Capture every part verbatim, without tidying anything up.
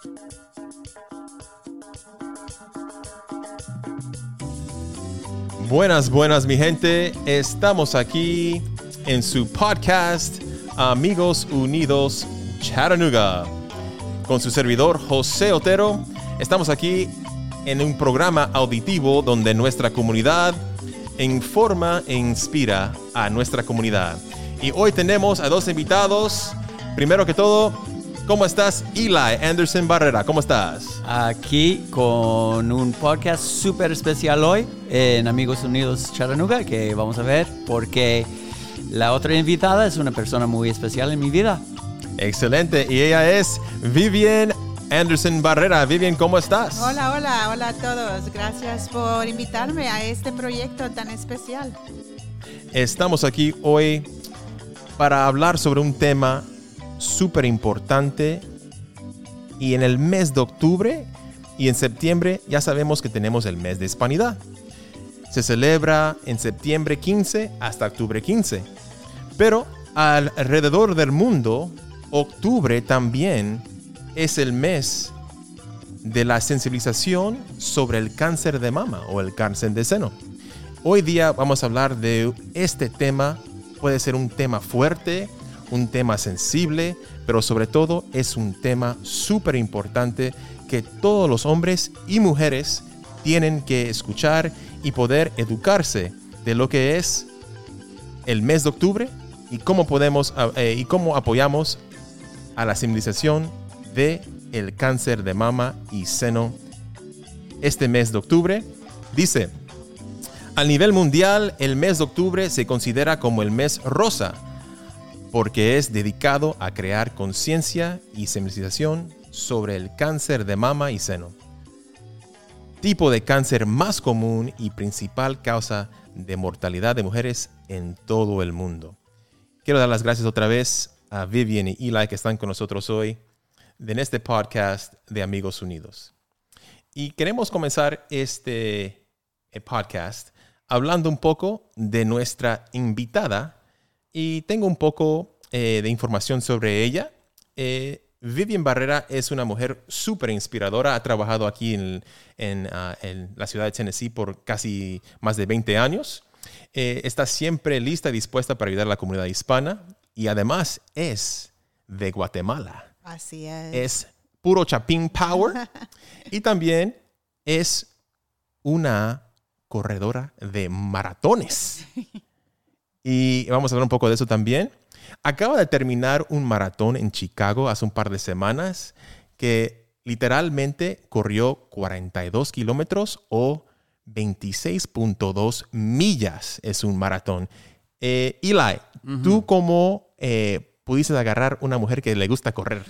Buenas, buenas, mi gente. Estamos aquí en su podcast Amigos Unidos Chattanooga con su servidor José Otero. Estamos aquí en un programa auditivo donde nuestra comunidad informa e inspira a nuestra comunidad. Y hoy tenemos a dos invitados. Primero que todo, ¿cómo estás, Eli Anderson Barrera? ¿Cómo estás? Aquí con un podcast súper especial hoy en Amigos Unidos Chattanooga, que vamos a ver porque la otra invitada es una persona muy especial en mi vida. Excelente. Y ella es Vivian Anderson Barrera. Vivian, ¿cómo estás? Hola, hola, hola a todos. Gracias por invitarme a este proyecto tan especial. Estamos aquí hoy para hablar sobre un tema súper importante, y en el mes de octubre y en septiembre ya sabemos que tenemos el mes de Hispanidad. Se celebra en septiembre quince hasta octubre quince, pero alrededor del mundo octubre también es el mes de la sensibilización sobre el cáncer de mama o el cáncer de seno. Hoy día vamos a hablar de este tema. Puede ser un tema fuerte, un tema sensible, pero sobre todo es un tema súper importante que todos los hombres y mujeres tienen que escuchar y poder educarse de lo que es el mes de octubre y cómo podemos eh, y cómo apoyamos a la sensibilización de el cáncer de mama y seno este mes de octubre. Dice: a nivel mundial, el mes de octubre se considera como el mes rosa, porque es dedicado a crear conciencia y sensibilización sobre el cáncer de mama y seno, tipo de cáncer más común y principal causa de mortalidad de mujeres en todo el mundo. Quiero dar las gracias otra vez a Vivian y Eli que están con nosotros hoy en este podcast de Amigos Unidos. Y queremos comenzar este podcast hablando un poco de nuestra invitada. Y tengo un poco eh, de información sobre ella. Eh, Vivian Barrera es una mujer súper inspiradora. Ha trabajado aquí en, en, uh, en la ciudad de Tennessee por casi más de veinte años. Eh, está siempre lista y dispuesta para ayudar a la comunidad hispana. Y además es de Guatemala. Así es. Es puro Chapín Power. Y también es una corredora de maratones. Y vamos a hablar un poco de eso también. Acaba de terminar un maratón en Chicago hace un par de semanas que literalmente corrió cuarenta y dos kilómetros o veintiséis punto dos millas. Es un maratón. Eh, Eli, uh-huh. ¿Tú cómo eh, pudiste agarrar una mujer que le gusta correr?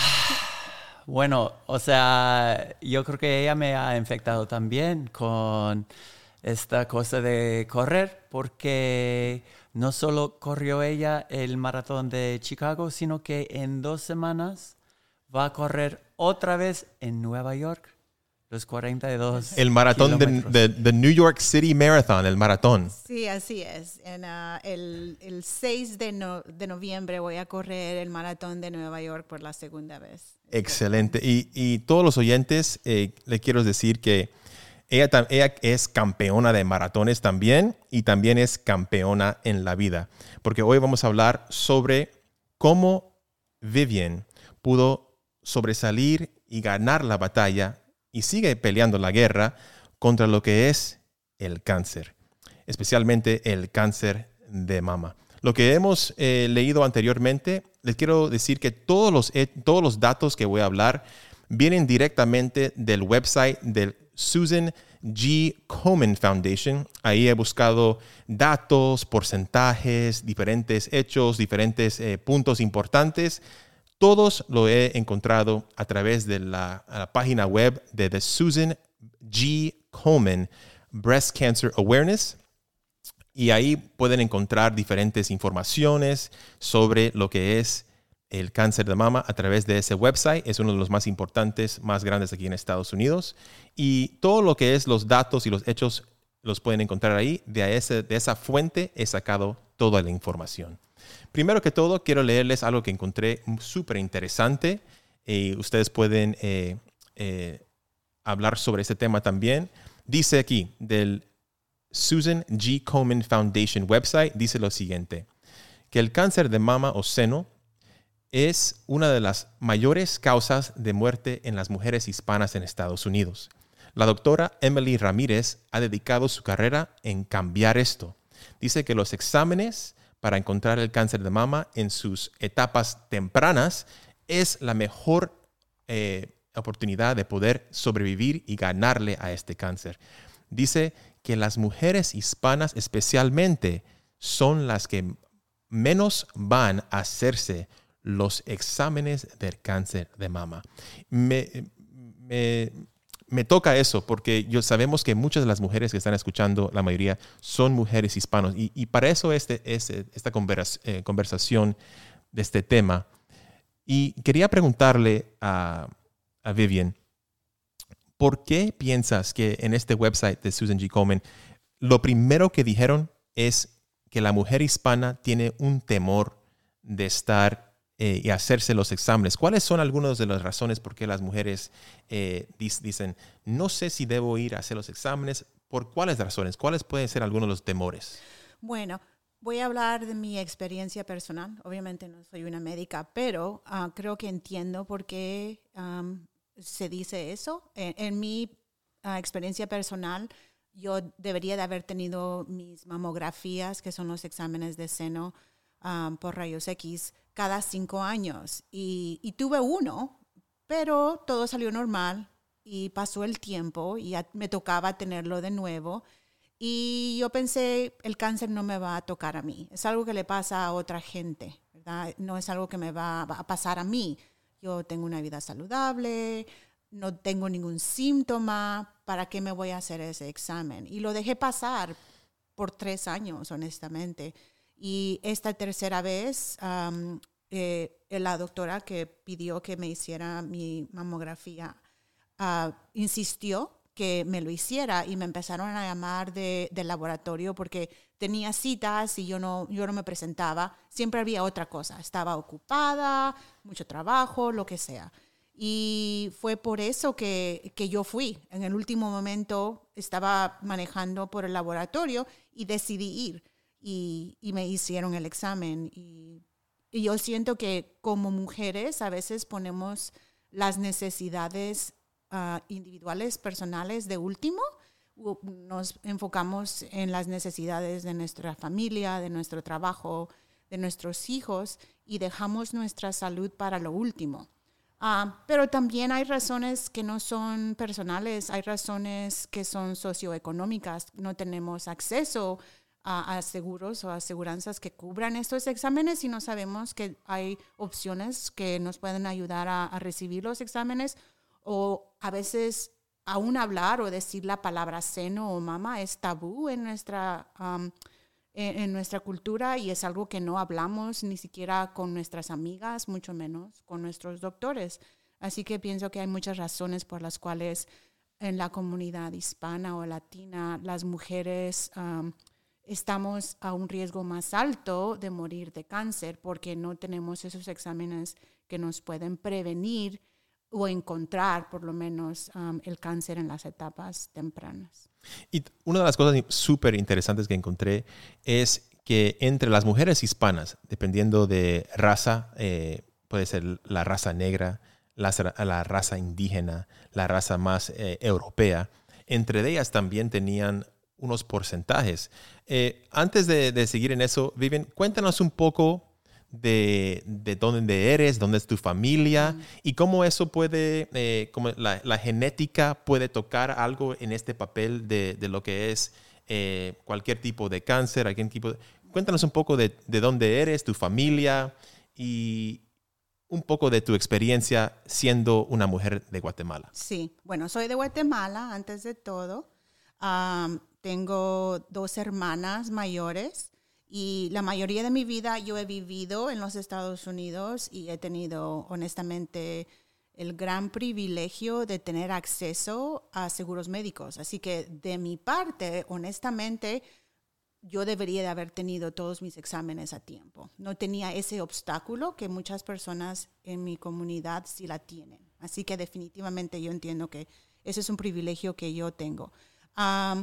Bueno, o sea, yo creo que ella me ha infectado también con esta cosa de correr, porque no solo corrió ella el maratón de Chicago, sino que en dos semanas va a correr otra vez en Nueva York los cuarenta y dos El maratón de, de, de New York City Marathon, el maratón. Sí, así es. En, uh, el, el seis de, no, de noviembre voy a correr el maratón de Nueva York por la segunda vez. Excelente. Y, y todos los oyentes, eh, le quiero decir que Ella, ella es campeona de maratones también y también es campeona en la vida. Porque hoy vamos a hablar sobre cómo Vivian pudo sobresalir y ganar la batalla y sigue peleando la guerra contra lo que es el cáncer, especialmente el cáncer de mama. Lo que hemos eh, leído anteriormente, les quiero decir que todos los, eh, todos los datos que voy a hablar vienen directamente del website del Susan G. Komen Foundation. Ahí he buscado datos, porcentajes, diferentes hechos, diferentes eh, puntos importantes. Todos lo he encontrado a través de la, la página web de The Susan G. Komen Breast Cancer Awareness. Y ahí pueden encontrar diferentes informaciones sobre lo que es el cáncer de mama a través de ese website. Es uno de los más importantes, más grandes aquí en Estados Unidos. Y todo lo que es los datos y los hechos los pueden encontrar ahí. De, ese, de esa fuente he sacado toda la información. Primero que todo, quiero leerles algo que encontré súper interesante y ustedes pueden eh, eh, hablar sobre este tema también. Dice aquí, del Susan G. Komen Foundation website, dice lo siguiente, que el cáncer de mama o seno es una de las mayores causas de muerte en las mujeres hispanas en Estados Unidos. La doctora Emily Ramírez ha dedicado su carrera en cambiar esto. Dice que los exámenes para encontrar el cáncer de mama en sus etapas tempranas es la mejor eh, oportunidad de poder sobrevivir y ganarle a este cáncer. Dice que las mujeres hispanas especialmente son las que menos van a hacerse los exámenes del cáncer de mama. Me, me, me toca eso porque yo sabemos que muchas de las mujeres que están escuchando, la mayoría, son mujeres hispanas. Y, y para eso este, este, esta conversa, eh, conversación de este tema. Y quería preguntarle a, a Vivian, ¿por qué piensas que en este website de Susan G. Komen lo primero que dijeron es que la mujer hispana tiene un temor de estar eh, y hacerse los exámenes? ¿Cuáles son algunas de las razones por qué las mujeres eh, dicen, no sé si debo ir a hacer los exámenes? ¿Por cuáles razones? ¿Cuáles pueden ser algunos de los temores? Bueno, voy a hablar de mi experiencia personal. Obviamente no soy una médica, pero uh, creo que entiendo por qué um, se dice eso. En, en mi uh, experiencia personal, yo debería de haber tenido mis mamografías, que son los exámenes de seno um, por rayos X, cada cinco años. Y, y tuve uno, pero todo salió normal y pasó el tiempo y ya me tocaba tenerlo de nuevo. Y yo pensé, el cáncer no me va a tocar a mí. Es algo que le pasa a otra gente, ¿verdad? No es algo que me va a pasar a mí. Yo tengo una vida saludable, no tengo ningún síntoma, ¿para qué me voy a hacer ese examen? Y lo dejé pasar por tres años, honestamente. Y esta tercera vez, um, eh, la doctora que pidió que me hiciera mi mamografía uh, insistió que me lo hiciera y me empezaron a llamar de, del laboratorio porque tenía citas y yo no, yo no me presentaba. Siempre había otra cosa. Estaba ocupada, mucho trabajo, lo que sea. Y fue por eso que, que yo fui. En el último momento estaba manejando por el laboratorio y decidí ir. Y, y me hicieron el examen. Y, y yo siento que como mujeres a veces ponemos las necesidades Uh, individuales, personales de último. Nos enfocamos en las necesidades de nuestra familia, de nuestro trabajo, de nuestros hijos y dejamos nuestra salud para lo último. Uh, pero también hay razones que no son personales, hay razones que son socioeconómicas. No tenemos acceso a, a seguros o aseguranzas que cubran estos exámenes y no sabemos que hay opciones que nos pueden ayudar a, a recibir los exámenes. O a veces aún hablar o decir la palabra seno o mama es tabú en nuestra, um, en, en nuestra cultura y es algo que no hablamos ni siquiera con nuestras amigas, mucho menos con nuestros doctores. Así que pienso que hay muchas razones por las cuales en la comunidad hispana o latina las mujeres um, estamos a un riesgo más alto de morir de cáncer porque no tenemos esos exámenes que nos pueden prevenir o encontrar por lo menos um, el cáncer en las etapas tempranas. Y una de las cosas súper interesantes que encontré es que entre las mujeres hispanas, dependiendo de raza, eh, puede ser la raza negra, la, la raza indígena, la raza más eh, europea, entre ellas también tenían unos porcentajes. Eh, antes de, de seguir en eso, Vivian, cuéntanos un poco de, de dónde eres, dónde es tu familia mm. y cómo eso puede, eh, cómo la, la genética puede tocar algo en este papel de, de lo que es eh, cualquier tipo de cáncer, cualquier tipo de... Cuéntanos un poco de, de dónde eres, tu familia y un poco de tu experiencia siendo una mujer de Guatemala. Sí, bueno, soy de Guatemala antes de todo. Um, tengo dos hermanas mayores. Y la mayoría de mi vida yo he vivido en los Estados Unidos y he tenido, honestamente, el gran privilegio de tener acceso a seguros médicos. Así que de mi parte, honestamente, yo debería de haber tenido todos mis exámenes a tiempo. No tenía ese obstáculo que muchas personas en mi comunidad sí la tienen. Así que definitivamente yo entiendo que ese es un privilegio que yo tengo. Um,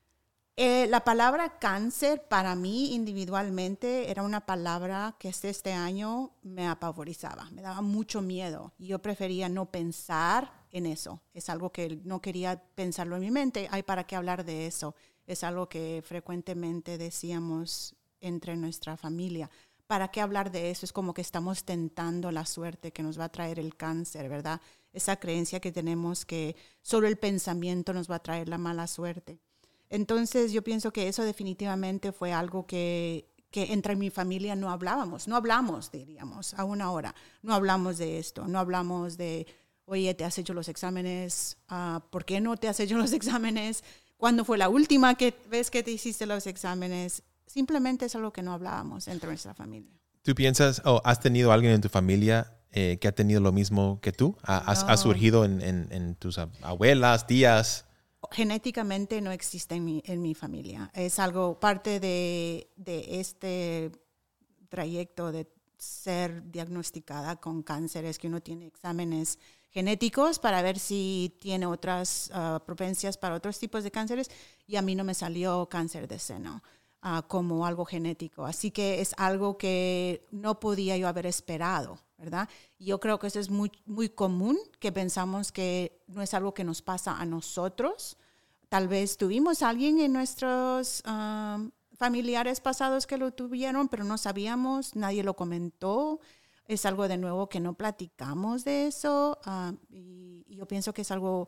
eh, la palabra cáncer para mí individualmente era una palabra que hasta este año me apavorizaba, me daba mucho miedo y yo prefería no pensar en eso. Es algo que no quería pensarlo en mi mente. Ay, ¿para qué hablar de eso? Es algo que frecuentemente decíamos entre nuestra familia. ¿Para qué hablar de eso? Es como que estamos tentando la suerte que nos va a traer el cáncer, ¿verdad? Esa creencia que tenemos que solo el pensamiento nos va a traer la mala suerte. Entonces yo pienso que eso definitivamente fue algo que, que entre mi familia no hablábamos. No hablamos, diríamos, aún ahora. No hablamos de esto, no hablamos de, oye, ¿te has hecho los exámenes? Uh, ¿Por qué no te has hecho los exámenes? ¿Cuándo fue la última que, vez que te hiciste los exámenes? Simplemente es algo que no hablábamos entre nuestra familia. ¿Tú piensas, o oh, has tenido alguien en tu familia eh, que ha tenido lo mismo que tú? ¿Ha, no. ¿Ha surgido en, en, en tus abuelas, tías? Genéticamente no existe en mi, en mi familia. Es algo, parte de, de este trayecto de ser diagnosticada con cáncer es que uno tiene exámenes genéticos para ver si tiene otras uh, propensias para otros tipos de cánceres y a mí no me salió cáncer de seno uh, como algo genético. Así que es algo que no podía yo haber esperado, ¿verdad? Y yo creo que eso es muy, muy común, que pensamos que no es algo que nos pasa a nosotros. Tal vez tuvimos a alguien en nuestros uh, familiares pasados que lo tuvieron, pero no sabíamos, nadie lo comentó. Es algo de nuevo que no platicamos de eso uh, y, y yo pienso que es algo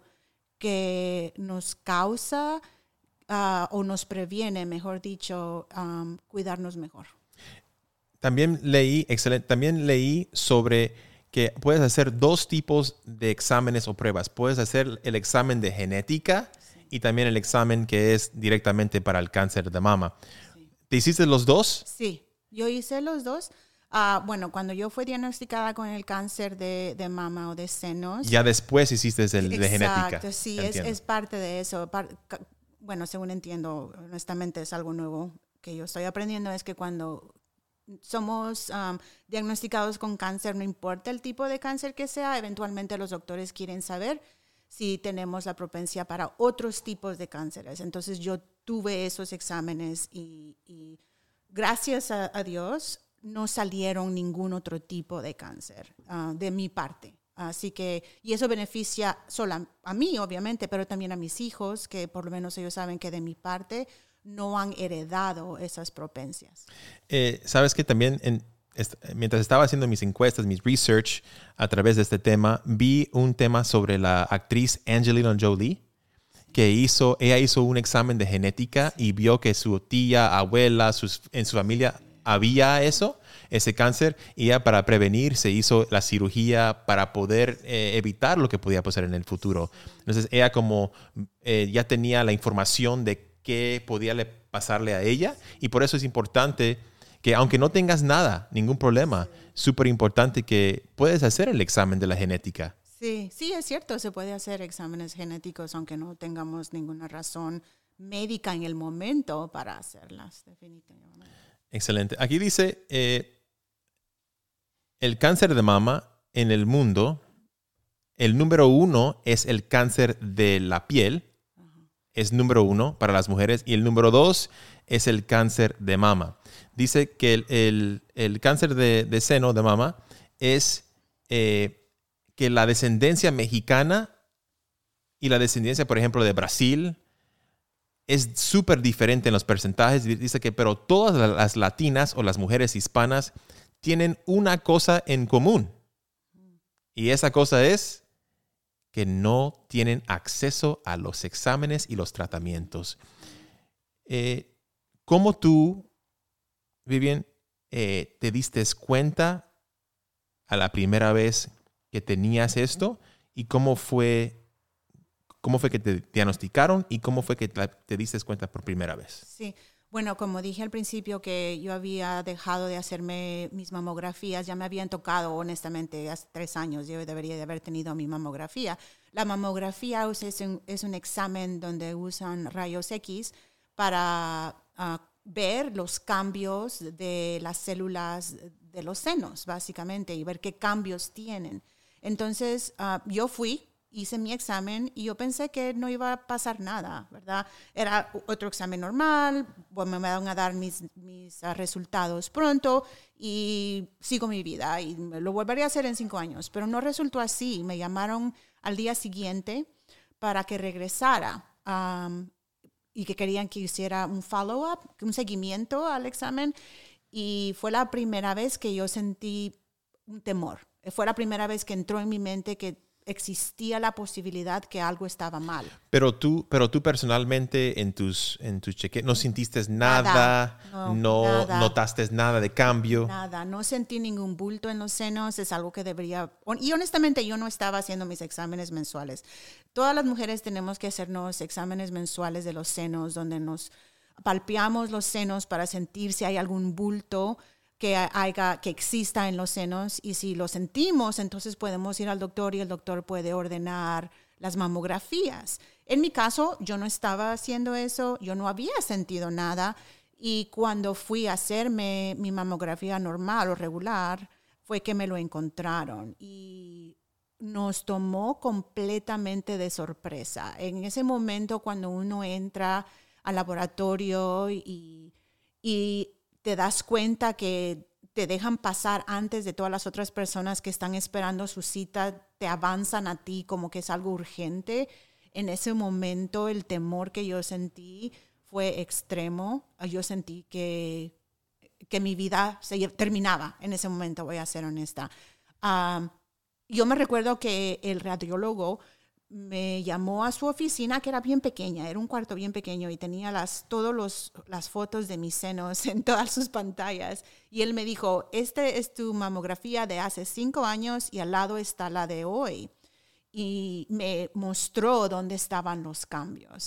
que nos causa uh, o nos previene, mejor dicho, um, cuidarnos mejor. También leí, excelente, también leí sobre que puedes hacer dos tipos de exámenes o pruebas. Puedes hacer el examen de genética sí. y también el examen que es directamente para el cáncer de mama. Sí. ¿Te hiciste los dos? Sí, yo hice los dos. Uh, bueno, cuando yo fui diagnosticada con el cáncer de, de mama o de senos. Ya después hiciste el de genética. Exacto, sí, es, es parte de eso. Par, bueno, según entiendo, honestamente es algo nuevo que yo estoy aprendiendo, es que cuando somos um, diagnosticados con cáncer, no importa el tipo de cáncer que sea, eventualmente los doctores quieren saber si tenemos la propensia para otros tipos de cánceres. Entonces yo tuve esos exámenes y, y gracias a, a Dios no salieron ningún otro tipo de cáncer uh, de mi parte. Así que, y eso beneficia solo a, a mí, obviamente, pero también a mis hijos, que por lo menos ellos saben que de mi parte no han heredado esas propensias. Eh, Sabes que también, en, est- mientras estaba haciendo mis encuestas, mis research a través de este tema, vi un tema sobre la actriz Angelina Jolie, que hizo, ella hizo un examen de genética y vio que su tía, abuela, sus, en su familia había eso, ese cáncer, y ella para prevenir se hizo la cirugía para poder eh, evitar lo que podía pasar en el futuro. Entonces ella como eh, ya tenía la información de qué podía le pasarle a ella, y por eso es importante que aunque no tengas nada, ningún problema, súper importante que puedes hacer el examen de la genética. Sí, sí, es cierto, se puede hacer exámenes genéticos aunque no tengamos ninguna razón médica en el momento para hacerlas, definitivamente. Excelente. Aquí dice, eh, el cáncer de mama en el mundo, el número uno es el cáncer de la piel, uh-huh. es número uno para las mujeres, y el número dos es el cáncer de mama. Dice que el, el, el cáncer de, de seno, de mama, es eh, que la descendencia mexicana y la descendencia, por ejemplo, de Brasil, es súper diferente en los porcentajes. Dice que, pero todas las latinas o las mujeres hispanas tienen una cosa en común. Y esa cosa es que no tienen acceso a los exámenes y los tratamientos. Eh, ¿Cómo tú, Vivian, eh, te diste cuenta a la primera vez que tenías esto? ¿Y cómo fue... ¿Cómo fue que te diagnosticaron y cómo fue que te diste cuenta por primera vez? Sí, bueno, como dije al principio que yo había dejado de hacerme mis mamografías, ya me habían tocado honestamente hace tres años, yo debería de haber tenido mi mamografía. La mamografía es un, es un examen donde usan rayos X para uh, ver los cambios de las células de los senos, básicamente, y ver qué cambios tienen. Entonces, uh, yo fui, hice mi examen y yo pensé que no iba a pasar nada, ¿verdad? Era otro examen normal, bueno, me van a dar mis, mis uh, resultados pronto y sigo mi vida y lo volveré a hacer en cinco años. Pero no resultó así. Me llamaron al día siguiente para que regresara um, y que querían que hiciera un follow-up, un seguimiento al examen. Y fue la primera vez que yo sentí un temor. Fue la primera vez que entró en mi mente que existía la posibilidad que algo estaba mal. Pero tú, pero tú personalmente en tus, en tus chequeos no sintiste nada, nada no, no nada, notaste nada de cambio. Nada, no sentí ningún bulto en los senos, es algo que debería... Y honestamente yo no estaba haciendo mis exámenes mensuales. Todas las mujeres tenemos que hacernos exámenes mensuales de los senos, donde nos palpeamos los senos para sentir si hay algún bulto que haya, que exista en los senos, y si lo sentimos, entonces podemos ir al doctor y el doctor puede ordenar las mamografías. En mi caso, yo no estaba haciendo eso, yo no había sentido nada, y cuando fui a hacerme mi mamografía normal o regular, fue que me lo encontraron y nos tomó completamente de sorpresa. En ese momento, cuando uno entra al laboratorio y, y te das cuenta que te dejan pasar antes de todas las otras personas que están esperando su cita, te avanzan a ti como que es algo urgente. En ese momento el temor que yo sentí fue extremo. Yo sentí que, que mi vida se terminaba en ese momento, voy a ser honesta. Uh, yo me recuerdo que el radiólogo me llamó a su oficina, que era bien pequeña, era un cuarto bien pequeño y tenía las, todas las fotos de mis senos en todas sus pantallas. Y él me dijo, esta es tu mamografía de hace cinco años y al lado está la de hoy. Y me mostró dónde estaban los cambios.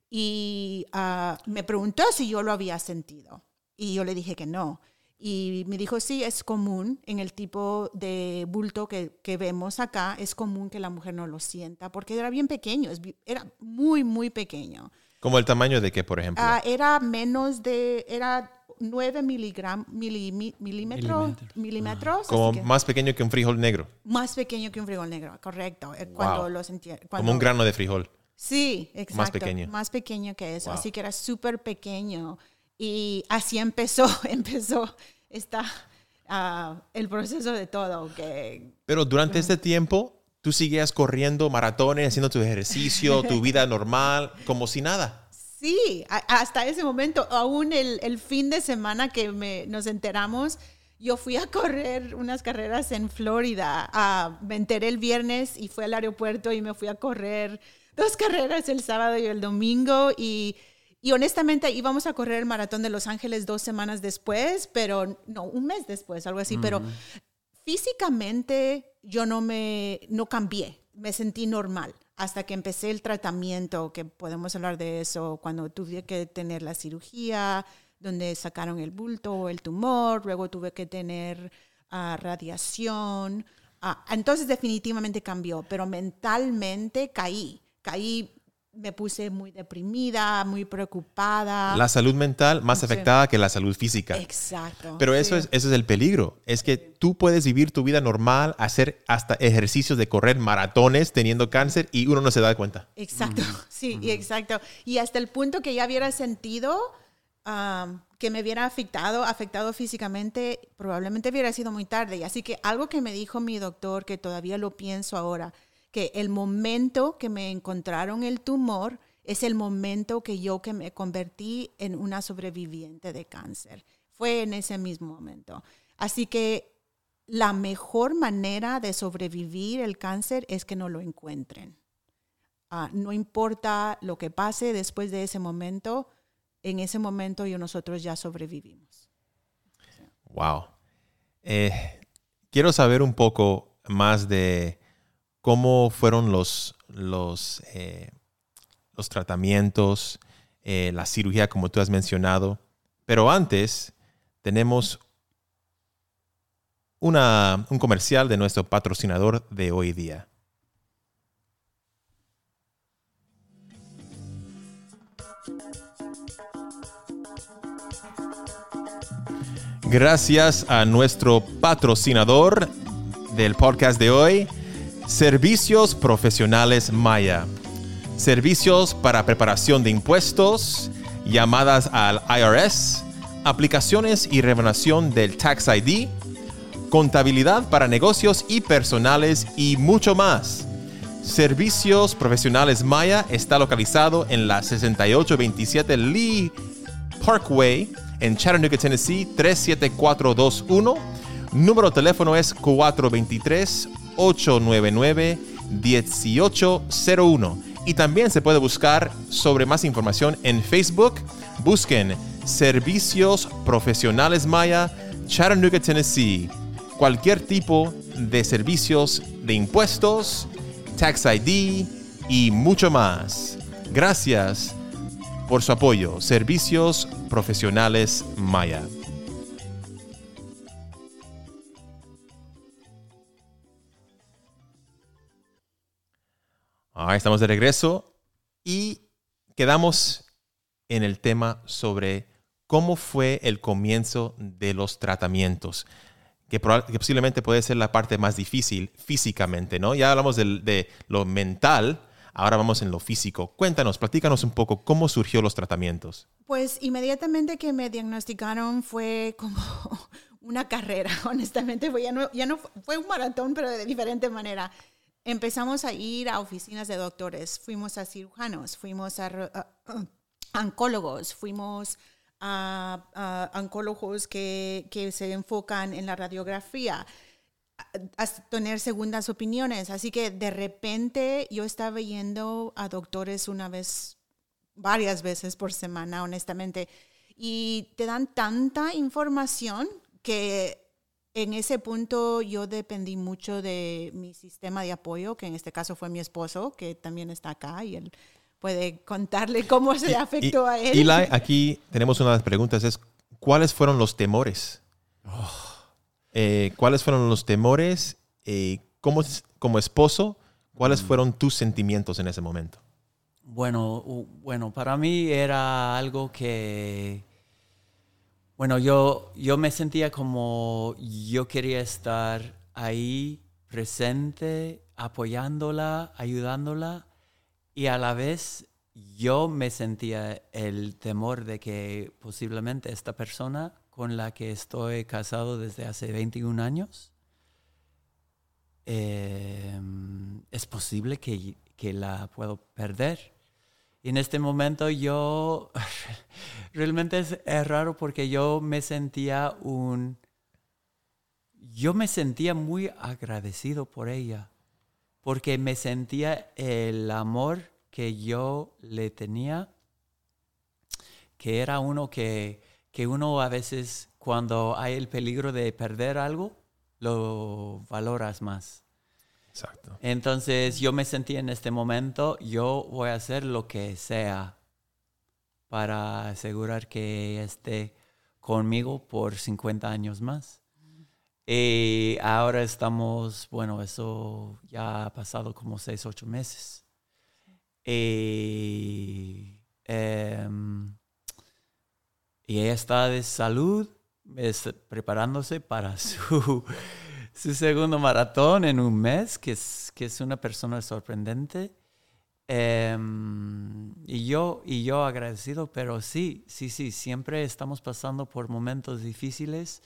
Y uh, me preguntó si yo lo había sentido. Y yo le dije que no. Y me dijo, sí, es común en el tipo de bulto que, que vemos acá, es común que la mujer no lo sienta, porque era bien pequeño, era muy, muy pequeño. ¿Como el tamaño de qué, por ejemplo? Uh, era menos de, era nueve miligram, mili, mi, milímetro, Milímetros. milímetros. Como que, más pequeño que un frijol negro. Más pequeño que un frijol negro, correcto. Cuando Wow. lo sentía, cuando, Como un grano de frijol. Sí, exacto. Más pequeño. Más pequeño que eso, Wow. así que era súper pequeño. Y así empezó, empezó esta, uh, el proceso de todo. Que, Pero durante que, este tiempo, tú seguías corriendo maratones, haciendo tu ejercicio, tu vida normal, como si nada. Sí, a, hasta ese momento, aún el, el fin de semana que me, nos enteramos, yo fui a correr unas carreras en Florida. Uh, me enteré el viernes y fui al aeropuerto y me fui a correr dos carreras el sábado y el domingo y... Y honestamente íbamos a correr el maratón de Los Ángeles dos semanas después, pero no, un mes después, algo así. Mm. Pero físicamente yo no me no cambié, me sentí normal hasta que empecé el tratamiento, que podemos hablar de eso, cuando tuve que tener la cirugía, donde sacaron el bulto o el tumor, luego tuve que tener uh, radiación. Uh, entonces definitivamente cambió, pero mentalmente caí, caí. Me puse muy deprimida, muy preocupada. La salud mental más afectada sí. que la salud física. Exacto. Pero eso, sí. es, eso es el peligro. Es que tú puedes vivir tu vida normal, hacer hasta ejercicios de correr maratones teniendo cáncer y uno no se da cuenta. Exacto, mm-hmm. sí, mm-hmm. exacto. Y hasta el punto que ya hubiera sentido um, que me hubiera afectado, afectado físicamente, probablemente hubiera sido muy tarde. Y así que algo que me dijo mi doctor, que todavía lo pienso ahora, que el momento que me encontraron el tumor es el momento que yo que me convertí en una sobreviviente de cáncer. Fue en ese mismo momento. Así que la mejor manera de sobrevivir el cáncer es que no lo encuentren. Uh, no importa lo que pase después de ese momento, en ese momento yo nosotros ya sobrevivimos. Wow. Eh, quiero saber un poco más de cómo fueron los, los, eh, los tratamientos, eh, la cirugía, como tú has mencionado. Pero antes tenemos una, un comercial de nuestro patrocinador de hoy día. Gracias a nuestro patrocinador del podcast de hoy, Servicios Profesionales Maya. Servicios para preparación de impuestos, llamadas al I R S, aplicaciones y renovación del Tax I D, contabilidad para negocios y personales y mucho más. Servicios Profesionales Maya está localizado en la sesenta y ocho veintisiete Lee Parkway en Chattanooga, Tennessee tres siete cuatro dos uno. Número de teléfono es cuatro dos tres, ocho nueve nueve, uno ocho cero uno. Y también se puede buscar sobre más información en Facebook. Busquen Servicios Profesionales Maya, Chattanooga, Tennessee. Cualquier tipo de servicios de impuestos, Tax I D y mucho más. Gracias por su apoyo. Servicios Profesionales Maya. Ahora estamos de regreso y quedamos en el tema sobre cómo fue el comienzo de los tratamientos, que, que posiblemente puede ser la parte más difícil físicamente, ¿no? Ya hablamos de, de lo mental, ahora vamos en lo físico. Cuéntanos, platícanos un poco cómo surgió los tratamientos. Pues inmediatamente que me diagnosticaron fue como una carrera, honestamente. Fue, ya no, ya no fue un maratón, pero de diferente manera. Empezamos a ir a oficinas de doctores, fuimos a cirujanos, fuimos a, a, a oncólogos, fuimos a, a oncólogos que, que se enfocan en la radiografía, a, a tener segundas opiniones. Así que de repente yo estaba yendo a doctores una vez, varias veces por semana, honestamente, y te dan tanta información que en ese punto yo dependí mucho de mi sistema de apoyo, que en este caso fue mi esposo, que también está acá y él puede contarle cómo se afectó y, a él. Eli, aquí tenemos una de las preguntas, es ¿cuáles fueron los temores? Oh. Eh, ¿Cuáles fueron los temores? Eh, ¿cómo, como esposo, ¿cuáles mm. fueron tus sentimientos en ese momento? Bueno, bueno, para mí era algo que... Bueno, yo, yo me sentía como yo quería estar ahí presente, apoyándola, ayudándola, y a la vez yo me sentía el temor de que posiblemente esta persona con la que estoy casado desde hace veintiún años, eh, es posible que, que la puedo perder. Y en este momento yo, realmente es, es raro porque yo me sentía un, yo me sentía muy agradecido por ella, porque me sentía el amor que yo le tenía, que era uno que, que uno a veces cuando hay el peligro de perder algo, lo valoras más. Exacto. Entonces yo me sentí en este momento, yo voy a hacer lo que sea para asegurar que esté conmigo por cincuenta años más. Y ahora estamos, bueno, eso ya ha pasado como seis, ocho meses. Y, eh, y ella está de salud, es, preparándose para su... su segundo maratón en un mes, que es, que es una persona sorprendente. Eh, y, yo, y yo agradecido, pero sí, sí, sí, siempre estamos pasando por momentos difíciles.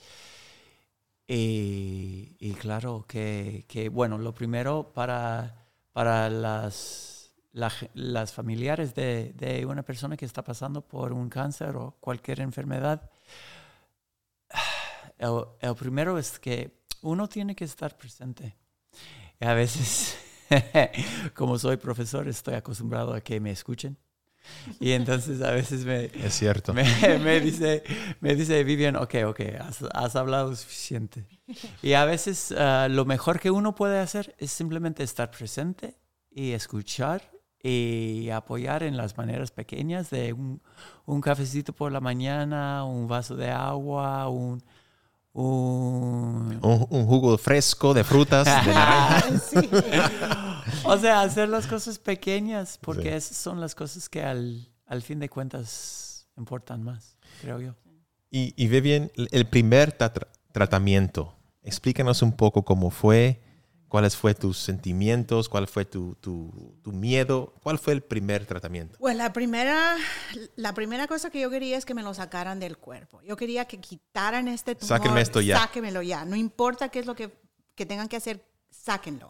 Y, y claro que, que, bueno, lo primero para, para las, la, las familiares de, de una persona que está pasando por un cáncer o cualquier enfermedad, el, el primero es que uno tiene que estar presente. Y a veces, como soy profesor, estoy acostumbrado a que me escuchen. Y entonces a veces me... Es cierto. Me, me, dice, me dice, Vivian, ok, ok, has, has hablado suficiente. Y a veces uh, lo mejor que uno puede hacer es simplemente estar presente y escuchar y apoyar en las maneras pequeñas de un, un cafecito por la mañana, un vaso de agua, un... Un... Un, un jugo fresco de frutas, de naranja. Sí. O sea, hacer las cosas pequeñas, porque sí. Esas son las cosas que al, al fin de cuentas importan más, creo yo. Y, y Vivian, el primer tra- tratamiento, explícanos un poco cómo fue, cuáles fueron tus sentimientos, cuál fue tu, tu, tu miedo, cuál fue el primer tratamiento. Pues la primera, la primera cosa que yo quería es que me lo sacaran del cuerpo. Yo quería que quitaran este tumor. Sáquenme esto ya. Sáquenmelo ya. No importa qué es lo que, que tengan que hacer, sáquenlo.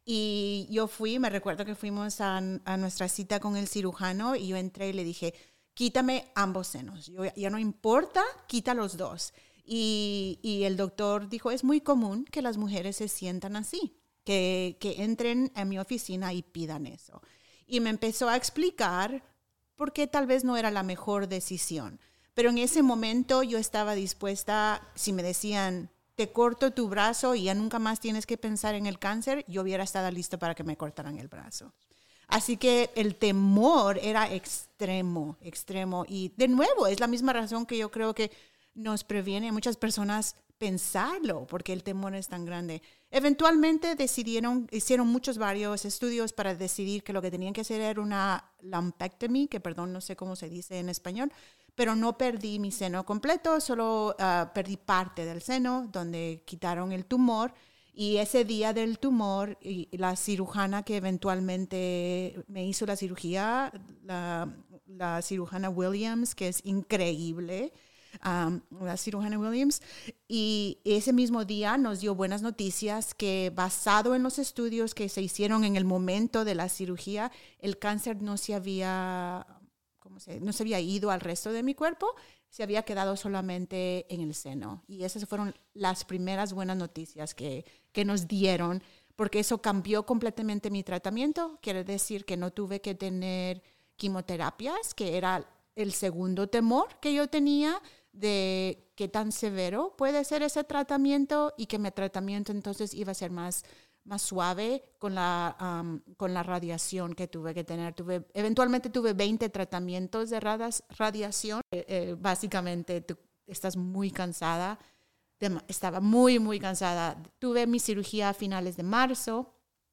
Y yo fui, me recuerdo que fuimos a, a nuestra cita con el cirujano y yo entré y le dije, quítame ambos senos. Yo, ya no importa, quita los dos. Y, y el doctor dijo, es muy común que las mujeres se sientan así, que, que entren a mi oficina y pidan eso. Y me empezó a explicar por qué tal vez no era la mejor decisión. Pero en ese momento yo estaba dispuesta, si me decían, te corto tu brazo y ya nunca más tienes que pensar en el cáncer, yo hubiera estado lista para que me cortaran el brazo. Así que el temor era extremo, extremo. Y de nuevo, es la misma razón que yo creo que nos previene a muchas personas pensarlo, porque el temor es tan grande. Eventualmente decidieron, hicieron muchos varios estudios para decidir que lo que tenían que hacer era una lumpectomy, que perdón, no sé cómo se dice en español, pero no perdí mi seno completo, solo uh, perdí parte del seno, donde quitaron el tumor. Y ese día del tumor, y la cirujana que eventualmente me hizo la cirugía, la, la cirujana Williams, que es increíble, um, la cirujana Williams, y ese mismo día nos dio buenas noticias que basado en los estudios que se hicieron en el momento de la cirugía, el cáncer no se había... Se, no se había ido al resto de mi cuerpo, se había quedado solamente en el seno. Y esas fueron las primeras buenas noticias que, que nos dieron, porque eso cambió completamente mi tratamiento. Quiere decir que no tuve que tener quimioterapias, que era el segundo temor que yo tenía de qué tan severo puede ser ese tratamiento y que mi tratamiento entonces iba a ser más... más suave con la, um, con la radiación que tuve que tener. Tuve, eventualmente tuve veinte tratamientos de radas, radiación. Eh, eh, básicamente tú estás muy cansada. De, estaba muy, muy cansada. Tuve mi cirugía a finales de marzo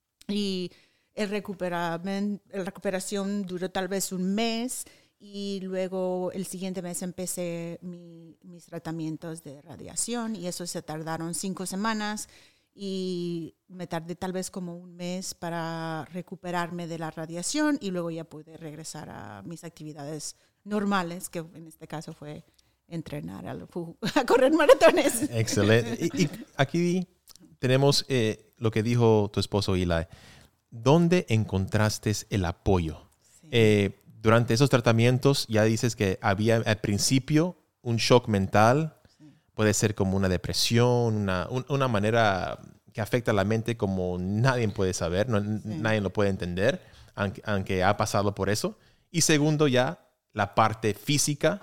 y el, el recuperación duró tal vez un mes y luego el siguiente mes empecé mi, mis tratamientos de radiación y eso se tardaron cinco semanas. Y me tardé tal vez como un mes para recuperarme de la radiación y luego ya pude regresar a mis actividades normales, que en este caso fue entrenar, a, a correr maratones. Excelente. Y, y aquí tenemos eh, lo que dijo tu esposo Eli. ¿Dónde encontraste el apoyo? Sí. Eh, durante esos tratamientos ya dices que había al principio un shock mental. Puede ser como una depresión, una, una manera que afecta a la mente como nadie puede saber, no, sí. nadie lo puede entender, aunque, aunque ha pasado por eso. Y segundo, ya la parte física.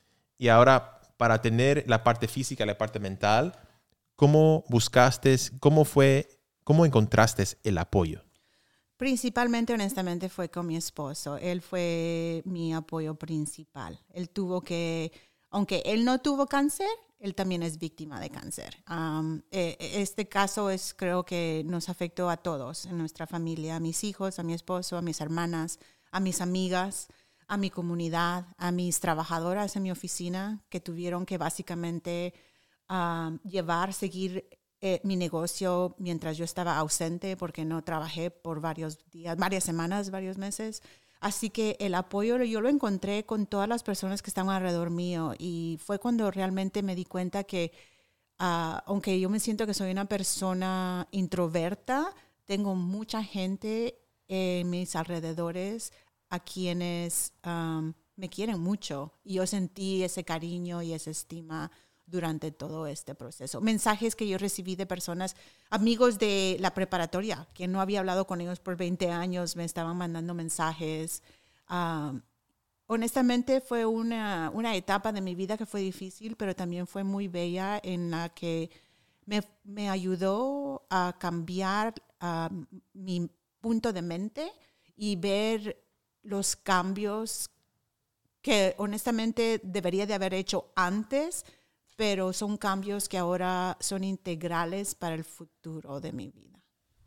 Y ahora, para tener la parte física, la parte mental, ¿cómo buscaste, cómo fue, cómo encontraste el apoyo? Principalmente, honestamente, fue con mi esposo. Él fue mi apoyo principal. Él tuvo que, aunque él no tuvo cáncer, él también es víctima de cáncer. Um, eh, este caso es, creo que nos afectó a todos en nuestra familia, a mis hijos, a mi esposo, a mis hermanas, a mis amigas, a mi comunidad, a mis trabajadoras en mi oficina que tuvieron que básicamente um, llevar, seguir eh, mi negocio mientras yo estaba ausente porque no trabajé por varios días, varias semanas, varios meses. Así que el apoyo yo lo encontré con todas las personas que estaban alrededor mío y fue cuando realmente me di cuenta que uh, aunque yo me siento que soy una persona introverta, tengo mucha gente en mis alrededores a quienes um, me quieren mucho y yo sentí ese cariño y esa estima durante todo este proceso. Mensajes que yo recibí de personas, amigos de la preparatoria, que no había hablado con ellos por veinte años, me estaban mandando mensajes. Um, honestamente fue una, una etapa de mi vida que fue difícil, pero también fue muy bella en la que me, me ayudó a cambiar uh, mi punto de mente y ver los cambios que honestamente debería de haber hecho antes, pero son cambios que ahora son integrales para el futuro de mi vida.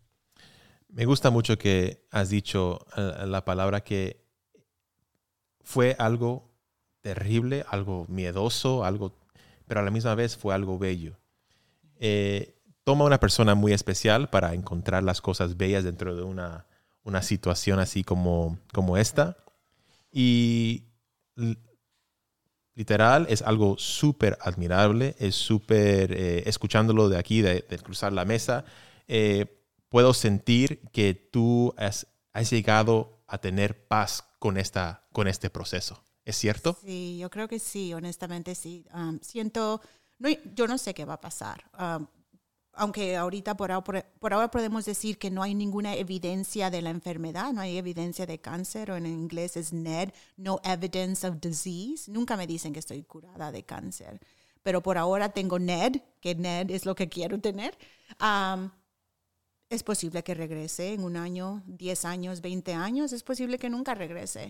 Me gusta mucho que has dicho uh, la palabra que fue algo terrible, algo miedoso, algo pero a la misma vez fue algo bello. Eh, toma una persona muy especial para encontrar las cosas bellas dentro de una, una situación así como, como esta. Y literal es algo súper admirable, es súper, eh, escuchándolo de aquí, de, de cruzar la mesa, eh, puedo sentir que tú has, has llegado a tener paz con, esta, con este proceso. ¿Es cierto? Sí, yo creo que sí, honestamente sí. Um, siento, no, yo no sé qué va a pasar. Um, aunque ahorita por ahora, por, por ahora podemos decir que no hay ninguna evidencia de la enfermedad, no hay evidencia de cáncer, o en inglés es N E D, no evidence of disease. Nunca me dicen que estoy curada de cáncer, pero por ahora tengo N E D, que N E D es lo que quiero tener. Um, es posible que regrese en un año, diez años, veinte años, es posible que nunca regrese.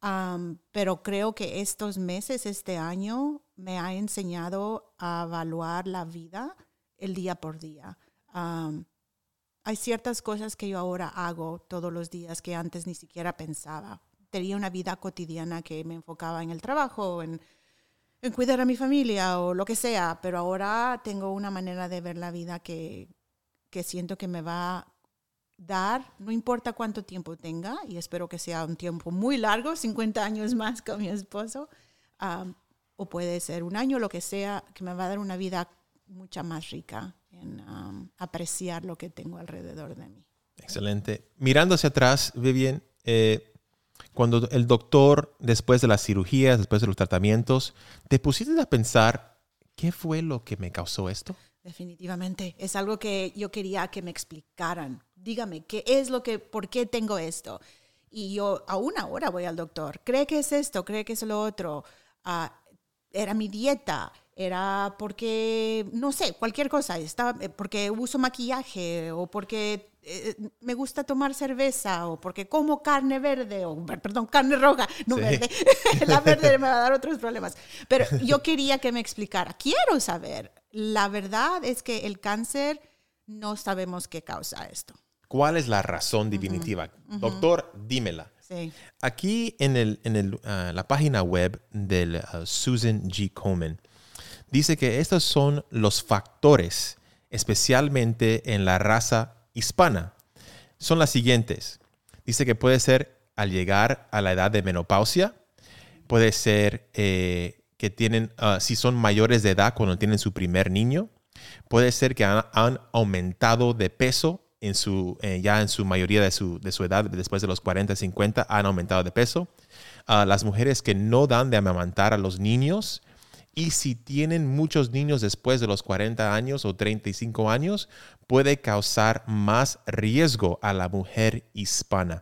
Um, pero creo que estos meses, este año, me ha enseñado a evaluar la vida el día por día. Um, hay ciertas cosas que yo ahora hago todos los días que antes ni siquiera pensaba. Tenía una vida cotidiana que me enfocaba en el trabajo, en, en cuidar a mi familia o lo que sea, pero ahora tengo una manera de ver la vida que, que siento que me va a dar, no importa cuánto tiempo tenga, y espero que sea un tiempo muy largo, cincuenta años más con mi esposo, um, o puede ser un año, lo que sea, que me va a dar una vida mucha más rica en um, apreciar lo que tengo alrededor de mí. Excelente. Mirando hacia atrás, Vivian, eh, cuando el doctor, después de las cirugías, después de los tratamientos, ¿te pusiste a pensar qué fue lo que me causó esto? Definitivamente. Es algo que yo quería que me explicaran. Dígame, ¿qué es lo que, por qué tengo esto? Y yo aún ahora voy al doctor. ¿Cree que es esto? ¿Cree que es lo otro? Uh, era mi dieta. Era porque, no sé, cualquier cosa. Estaba, porque uso maquillaje o porque eh, me gusta tomar cerveza o porque como carne verde o, perdón, carne roja, no sí. verde. La verde me va a dar otros problemas. Pero yo quería que me explicara. Quiero saber. La verdad es que el cáncer no sabemos qué causa esto. ¿Cuál es la razón definitiva? Uh-huh. Doctor, dímela. Sí. Aquí en, el, en el, uh, la página web de uh, Susan G. Komen, dice que estos son los factores, especialmente en la raza hispana. Son las siguientes. Dice que puede ser al llegar a la edad de menopausia, puede ser eh, que tienen, uh, si son mayores de edad cuando tienen su primer niño, puede ser que han, han aumentado de peso en su, eh, ya en su mayoría de su, de su edad, después de los cuarenta, cincuenta, han aumentado de peso. Uh, las mujeres que no dan de amamantar a los niños, y si tienen muchos niños después de los cuarenta años o treinta y cinco años, puede causar más riesgo a la mujer hispana.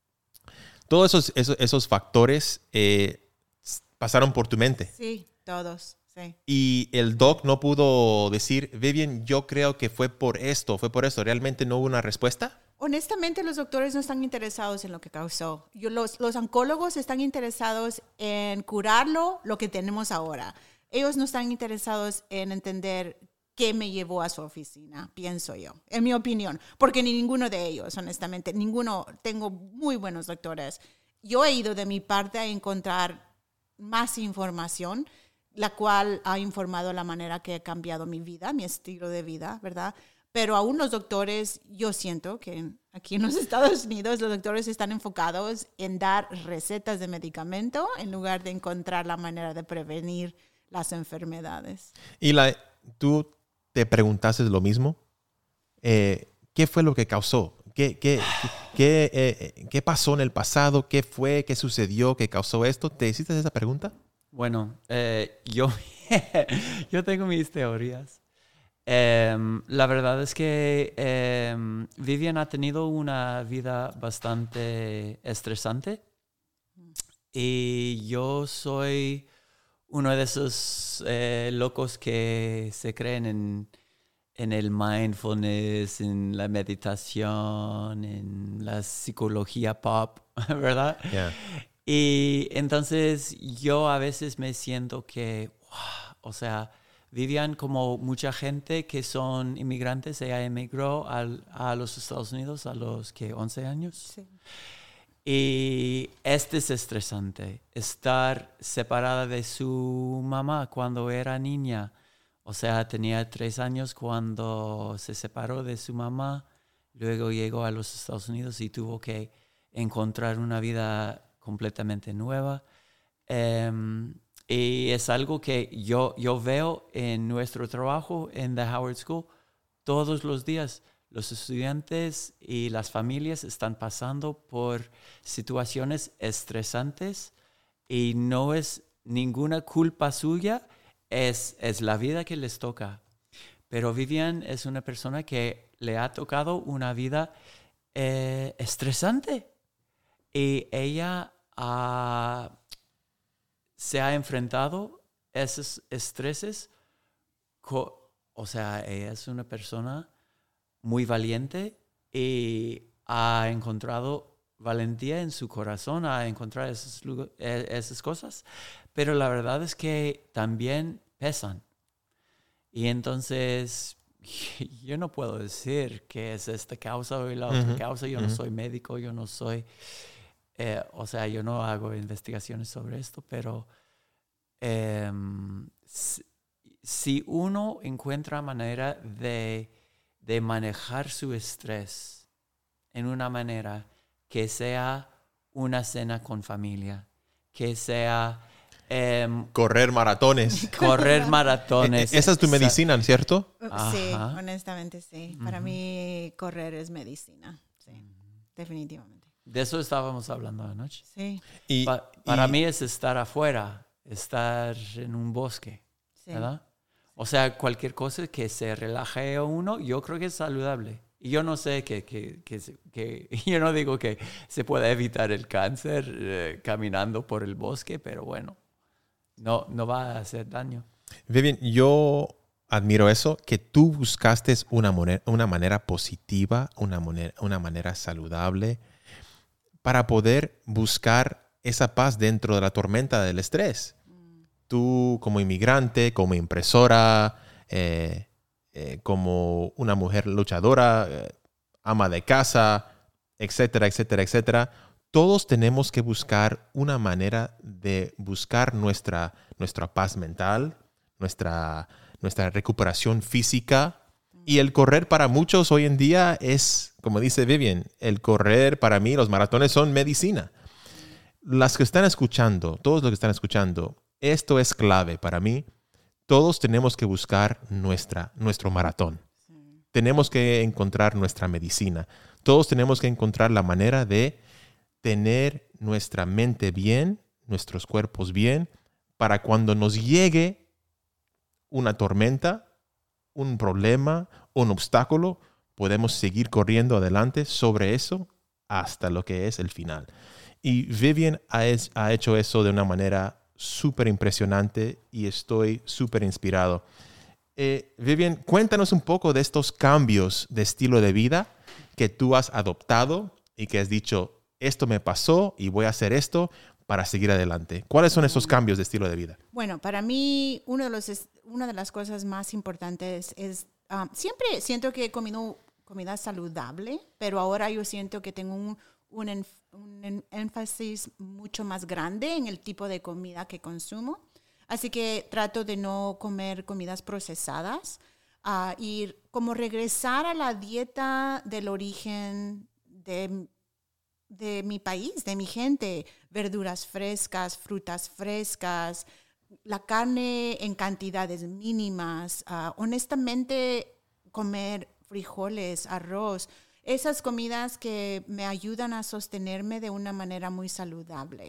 Todos esos, esos, esos factores eh, pasaron por tu mente. Sí, todos, sí. Y el doc no pudo decir, Vivian, yo creo que fue por esto, fue por esto. ¿Realmente no hubo una respuesta? Honestamente, los doctores no están interesados en lo que causó. Yo, los, los oncólogos están interesados en curarlo, lo que tenemos ahora. Ellos no están interesados en entender qué me llevó a su oficina, pienso yo, en mi opinión. Porque ni ninguno de ellos, honestamente, ninguno, tengo muy buenos doctores. Yo he ido de mi parte a encontrar más información, la cual ha informado la manera que he cambiado mi vida, mi estilo de vida, ¿verdad? Pero aún los doctores, yo siento que aquí en los Estados Unidos los doctores están enfocados en dar recetas de medicamento en lugar de encontrar la manera de prevenir las enfermedades. ¿Y la, tú te preguntaste lo mismo? Eh, ¿Qué fue lo que causó? ¿Qué, qué, qué, eh, ¿Qué pasó en el pasado? ¿Qué fue? ¿Qué sucedió? ¿Qué causó esto? ¿Te hiciste esa pregunta? Bueno, eh, yo, yo tengo mis teorías. Eh, la verdad es que eh, Vivian ha tenido una vida bastante estresante y yo soy uno de esos eh, locos que se creen en, en el mindfulness, en la meditación, en la psicología pop, ¿verdad? Yeah. Y entonces yo a veces me siento que, wow, o sea, Vivian, como mucha gente que son inmigrantes, ella emigró al, a los Estados Unidos a los que once años. Sí. Y este es estresante, estar separada de su mamá cuando era niña, O sea, tenía tres años cuando se separó de su mamá, luego llegó a los Estados Unidos y tuvo que encontrar una vida completamente nueva. Um, y es algo que yo, yo veo en nuestro trabajo en The Howard School todos los días. Los estudiantes y las familias están pasando por situaciones estresantes y no es ninguna culpa suya, es, es la vida que les toca. Pero Vivian es una persona que le ha tocado una vida eh, estresante y ella ha, se ha enfrentado a esos estreses. Co- o sea, ella es una persona muy valiente y ha encontrado valentía en su corazón, ha encontrado esas, esas cosas, pero la verdad es que también pesan. Y entonces yo no puedo decir que es esta causa o la otra uh-huh. causa. Yo uh-huh. no soy médico, yo no soy, eh, o sea, yo no hago investigaciones sobre esto, pero eh, si, si uno encuentra manera de de manejar su estrés en una manera que sea una cena con familia, que sea... Um, correr maratones. Correr maratones. Esa es tu medicina, ¿cierto? Sí, Ajá. honestamente sí. Uh-huh. Para mí correr es medicina, sí, uh-huh. definitivamente. De eso estábamos hablando anoche. Sí. Y, pa- para y... mí es estar afuera, estar en un bosque, sí. ¿verdad? O sea, cualquier cosa que se relaje a uno, yo creo que es saludable. Y yo no sé que, que, que, que yo no digo que se pueda evitar el cáncer eh, caminando por el bosque, pero bueno, no, no va a hacer daño. Vivian, yo admiro eso, que tú buscaste una, monera, una manera positiva, una, monera, una manera saludable para poder buscar esa paz dentro de la tormenta del estrés. Tú como inmigrante, como impresora, eh, eh, como una mujer luchadora, eh, ama de casa, etcétera, etcétera, etcétera, todos tenemos que buscar una manera de buscar nuestra, nuestra paz mental, nuestra, nuestra recuperación física. Y el correr para muchos hoy en día es, como dice Vivian, el correr para mí, los maratones son medicina. Las que están escuchando, todos los que están escuchando, esto es clave para mí. Todos tenemos que buscar nuestra, nuestro maratón. Sí. Tenemos que encontrar nuestra medicina. Todos tenemos que encontrar la manera de tener nuestra mente bien, nuestros cuerpos bien, para cuando nos llegue una tormenta, un problema, un obstáculo, podemos seguir corriendo adelante sobre eso hasta lo que es el final. Y Vivian ha, es, ha hecho eso de una manera súper impresionante y estoy súper inspirado. Eh, Vivian, cuéntanos un poco de estos cambios de estilo de vida que tú has adoptado y que has dicho, esto me pasó y voy a hacer esto para seguir adelante. ¿Cuáles son esos cambios de estilo de vida? Bueno, para mí, uno de los, una de las cosas más importantes es, um, siempre siento que he comido comida saludable, pero ahora yo siento que tengo un Un, enf- un en- énfasis mucho más grande en el tipo de comida que consumo. Así que trato de no comer comidas procesadas uh, y como regresar a la dieta del origen de, de mi país, de mi gente. Verduras frescas, frutas frescas, la carne en cantidades mínimas. Uh, honestamente, comer frijoles, arroz, esas comidas que me ayudan a sostenerme de una manera muy saludable,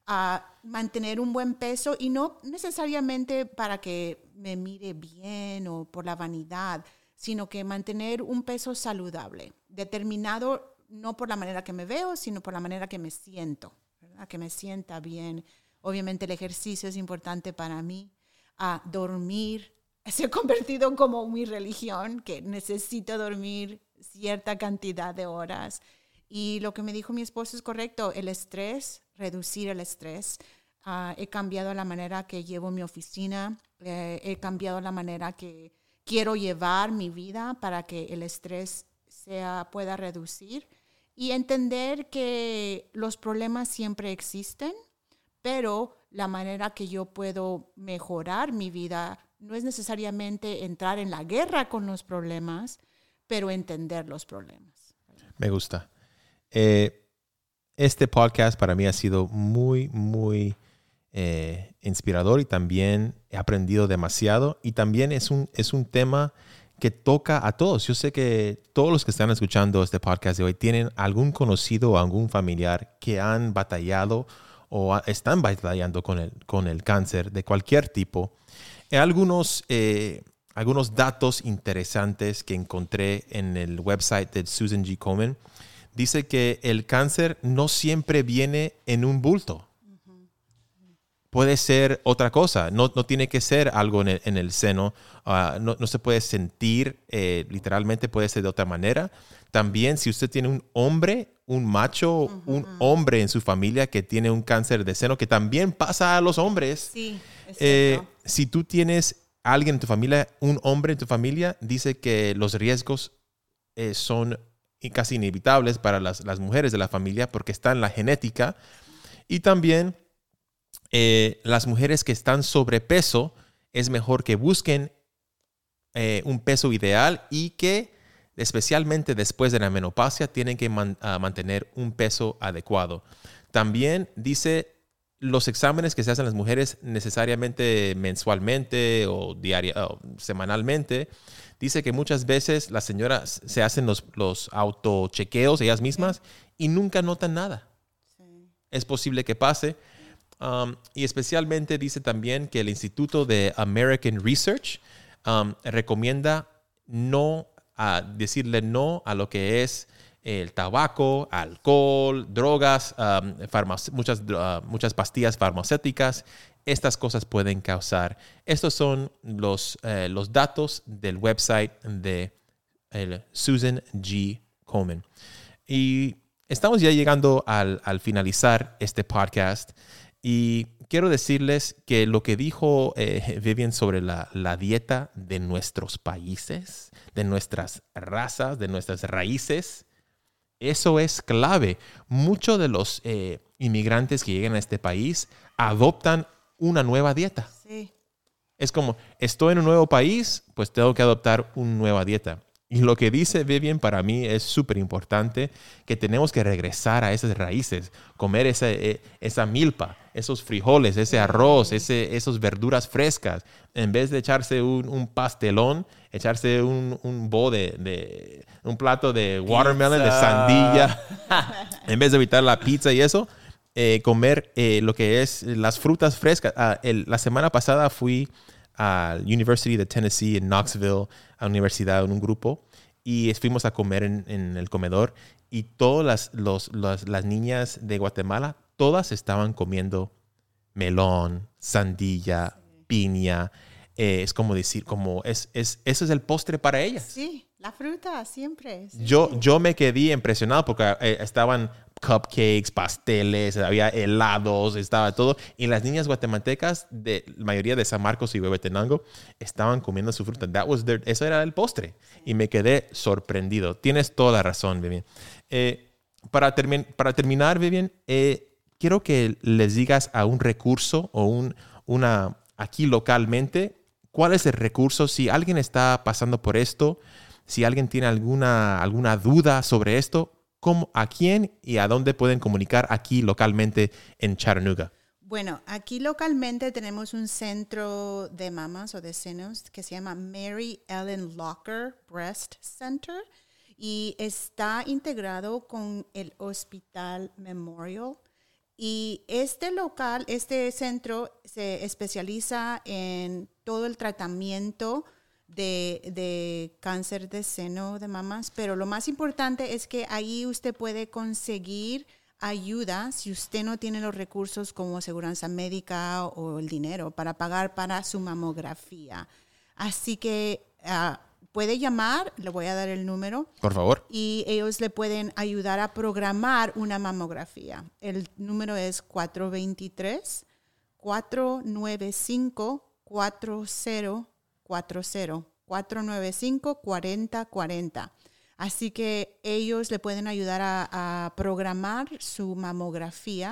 a mantener un buen peso y no necesariamente para que me mire bien o por la vanidad, sino que mantener un peso saludable, determinado no por la manera que me veo, sino por la manera que me siento, ¿verdad? Que me sienta bien. Obviamente el ejercicio es importante para mí, a dormir. Se ha convertido como mi religión, que necesito dormir cierta cantidad de horas. Y lo que me dijo mi esposo es correcto, el estrés, reducir el estrés. Uh, he cambiado la manera que llevo mi oficina, eh, he cambiado la manera que quiero llevar mi vida para que el estrés sea, pueda reducir y entender que los problemas siempre existen, pero la manera que yo puedo mejorar mi vida no es necesariamente entrar en la guerra con los problemas, pero entender los problemas. Me gusta. Eh, este podcast para mí ha sido muy, muy eh, inspirador y también he aprendido demasiado. Y también es un, es un tema que toca a todos. Yo sé que todos los que están escuchando este podcast de hoy tienen algún conocido o algún familiar que han batallado o están batallando con el, con el cáncer de cualquier tipo. Hay algunos, eh, algunos datos interesantes que encontré en el website de Susan G. Komen. Dice que el cáncer no siempre viene en un bulto. Puede ser otra cosa, no, no tiene que ser algo en el, en el seno, uh, no, no se puede sentir, eh, literalmente puede ser de otra manera. También si usted tiene un hombre, un macho, uh-huh. un hombre en su familia que tiene un cáncer de seno, que también pasa a los hombres. Sí, es eh, si tú tienes alguien en tu familia, un hombre en tu familia, dice que los riesgos eh, son casi inevitables para las, las mujeres de la familia porque está en la genética. Y también Eh, las mujeres que están sobrepeso es mejor que busquen eh, un peso ideal y que especialmente después de la menopausia tienen que man, uh, mantener un peso adecuado. También dice los exámenes que se hacen las mujeres necesariamente mensualmente o, diaria, o semanalmente. Dice que muchas veces las señoras se hacen los, los autochequeos ellas mismas y nunca notan nada. Sí. Es posible que pase. Um, y especialmente dice también que el Instituto de American Research um, recomienda no uh, decirle no a lo que es el tabaco, alcohol, drogas, um, farmac- muchas, uh, muchas pastillas farmacéuticas. Estas cosas pueden causar. Estos son los, uh, los datos del website de el Susan G. Komen. Y estamos ya llegando al, al finalizar este podcast. Y quiero decirles que lo que dijo eh, Vivian sobre la, la dieta de nuestros países, de nuestras razas, de nuestras raíces, eso es clave. Muchos de los eh, inmigrantes que llegan a este país adoptan una nueva dieta. Sí. Es como, estoy en un nuevo país, pues tengo que adoptar una nueva dieta. Y lo que dice Vivian para mí es súper importante, que tenemos que regresar a esas raíces, comer esa, esa milpa, esos frijoles, ese arroz, ese, esas verduras frescas. En vez de echarse un, un pastelón, echarse un, un bowl de, de, un plato de watermelon, pizza. De sandía. En vez de evitar la pizza y eso, eh, comer eh, lo que es las frutas frescas. Ah, el, la semana pasada fui a la University de Tennessee en Knoxville, a la universidad en un grupo, y fuimos a comer en, en el comedor y todas las, los, los, las niñas de Guatemala, todas estaban comiendo melón, sandía, piña. Eh, es como decir, como es, es, eso es el postre para ellas. Sí, la fruta siempre. Sí, yo, sí. yo me quedé impresionado porque eh, estaban cupcakes, pasteles, había helados, estaba todo. Y las niñas guatemaltecas, de la mayoría de San Marcos y Huehuetenango, estaban comiendo su fruta. That was their, eso era el postre. Sí. Y me quedé sorprendido. Tienes toda la razón, Vivian. Eh, para, termi- para terminar, Vivian, eh, quiero que les digas a un recurso o un, una aquí localmente, ¿cuál es el recurso? Si alguien está pasando por esto, si alguien tiene alguna, alguna duda sobre esto, ¿cómo, a quién y a dónde pueden comunicar aquí localmente en Chattanooga? Bueno, aquí localmente tenemos un centro de mamas o de senos que se llama Mary Ellen Locker Breast Center y está integrado con el Hospital Memorial. Y este local, este centro se especializa en todo el tratamiento de, de cáncer de seno de mamas, pero lo más importante es que ahí usted puede conseguir ayuda si usted no tiene los recursos como aseguranza médica o el dinero para pagar para su mamografía. Así que uh, puede llamar, le voy a dar el número. Por favor. Y ellos le pueden ayudar a programar una mamografía. El número es cuatro dos tres, cuatro nueve cinco, cuatro cero cuatro cero, cuatro nueve cinco, cuatro cero cuatro cero. Así que ellos le pueden ayudar a, a programar su mamografía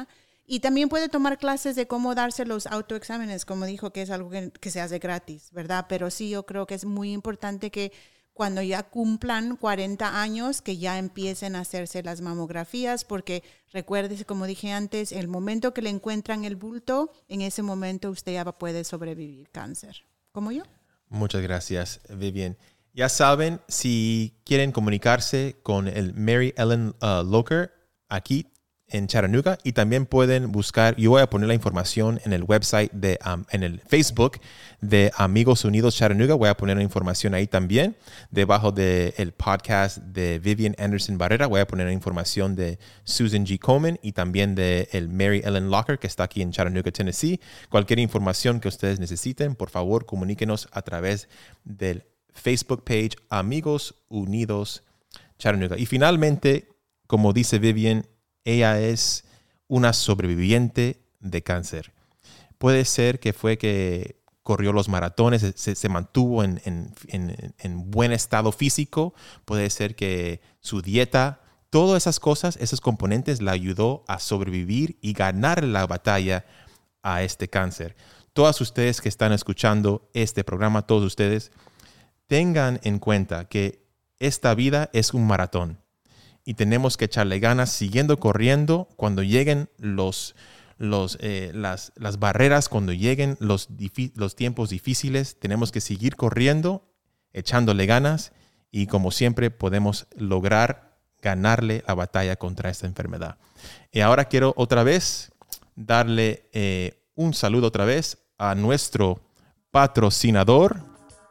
Y también puede tomar clases de cómo darse los autoexámenes, como dijo, que es algo que, que se hace gratis, ¿verdad? Pero sí, yo creo que es muy importante que cuando ya cumplan cuarenta años, que ya empiecen a hacerse las mamografías, porque recuérdese, como dije antes, el momento que le encuentran el bulto, en ese momento usted ya puede sobrevivir cáncer. ¿Como yo? Muchas gracias, Vivian. Ya saben, si quieren comunicarse con el Mary Ellen uh, Locher aquí en Chattanooga, y también pueden buscar, yo voy a poner la información en el website, de, um, en el Facebook de Amigos Unidos Chattanooga, voy a poner la información ahí también, debajo del podcast de Vivian Anderson Barrera, voy a poner la información de Susan G. Komen y también de el Mary Ellen Locher, que está aquí en Chattanooga, Tennessee. Cualquier información que ustedes necesiten, por favor, comuníquenos a través del Facebook page Amigos Unidos Chattanooga. Y finalmente, como dice Vivian, ella es una sobreviviente de cáncer. Puede ser que fue que corrió los maratones, se, se mantuvo en, en, en, en buen estado físico. Puede ser que su dieta, todas esas cosas, esos componentes la ayudó a sobrevivir y ganar la batalla a este cáncer. Todas ustedes que están escuchando este programa, todos ustedes, tengan en cuenta que esta vida es un maratón. Y tenemos que echarle ganas siguiendo corriendo cuando lleguen los, los, eh, las, las barreras, cuando lleguen los, los tiempos difíciles. Tenemos que seguir corriendo, echándole ganas y como siempre podemos lograr ganarle la batalla contra esta enfermedad. Y ahora quiero otra vez darle eh, un saludo otra vez a nuestro patrocinador.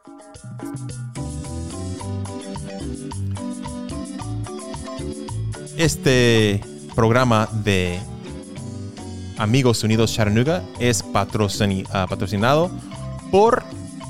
Este programa de Amigos Unidos Chattanooga es patrocin, uh, patrocinado por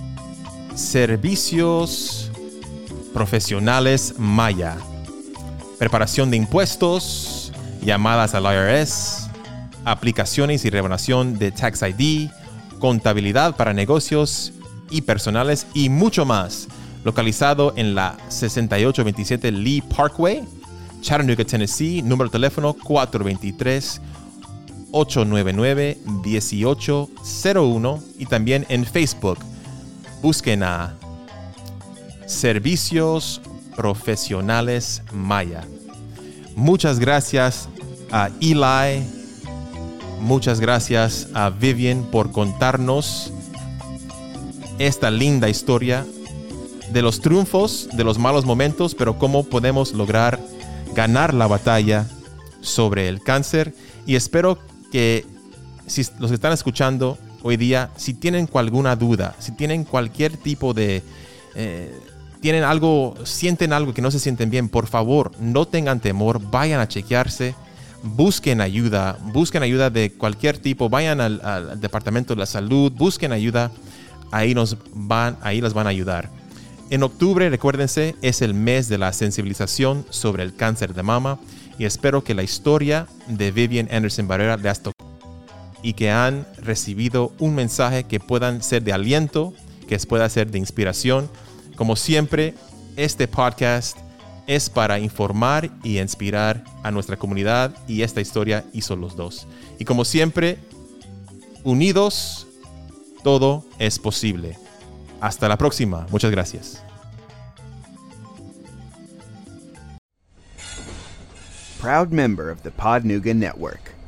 Servicios Profesionales Maya. Preparación de impuestos, llamadas al I R S, aplicaciones y revelación de Tax I D, contabilidad para negocios y personales y mucho más. Localizado en la sesenta y ocho veintisiete Lee Parkway, Chattanooga, Tennessee, número de teléfono cuatro dos tres, ocho nueve nueve, uno ocho cero uno y también en Facebook. Busquen a Servicios Profesionales Maya. Muchas gracias a Eli, muchas gracias a Vivian por contarnos esta linda historia de los triunfos, de los malos momentos, pero cómo podemos lograr ganar la batalla sobre el cáncer. Y espero que si los que están escuchando hoy día, si tienen alguna duda, si tienen cualquier tipo de eh, tienen algo, sienten algo que no se sienten bien, por favor, no tengan temor, vayan a chequearse, busquen ayuda, busquen ayuda de cualquier tipo, vayan al, al departamento de la salud, busquen ayuda, ahí nos van, ahí las van a ayudar. En octubre, recuérdense, es el mes de la sensibilización sobre el cáncer de mama y espero que la historia de Vivian Anderson Barrera les tocó y que han recibido un mensaje que puedan ser de aliento, que pueda ser de inspiración. Como siempre, este podcast es para informar y inspirar a nuestra comunidad y esta historia hizo los dos. Y como siempre, unidos, todo es posible. Hasta la próxima. Muchas gracias. Proud member of the Podnuga Network.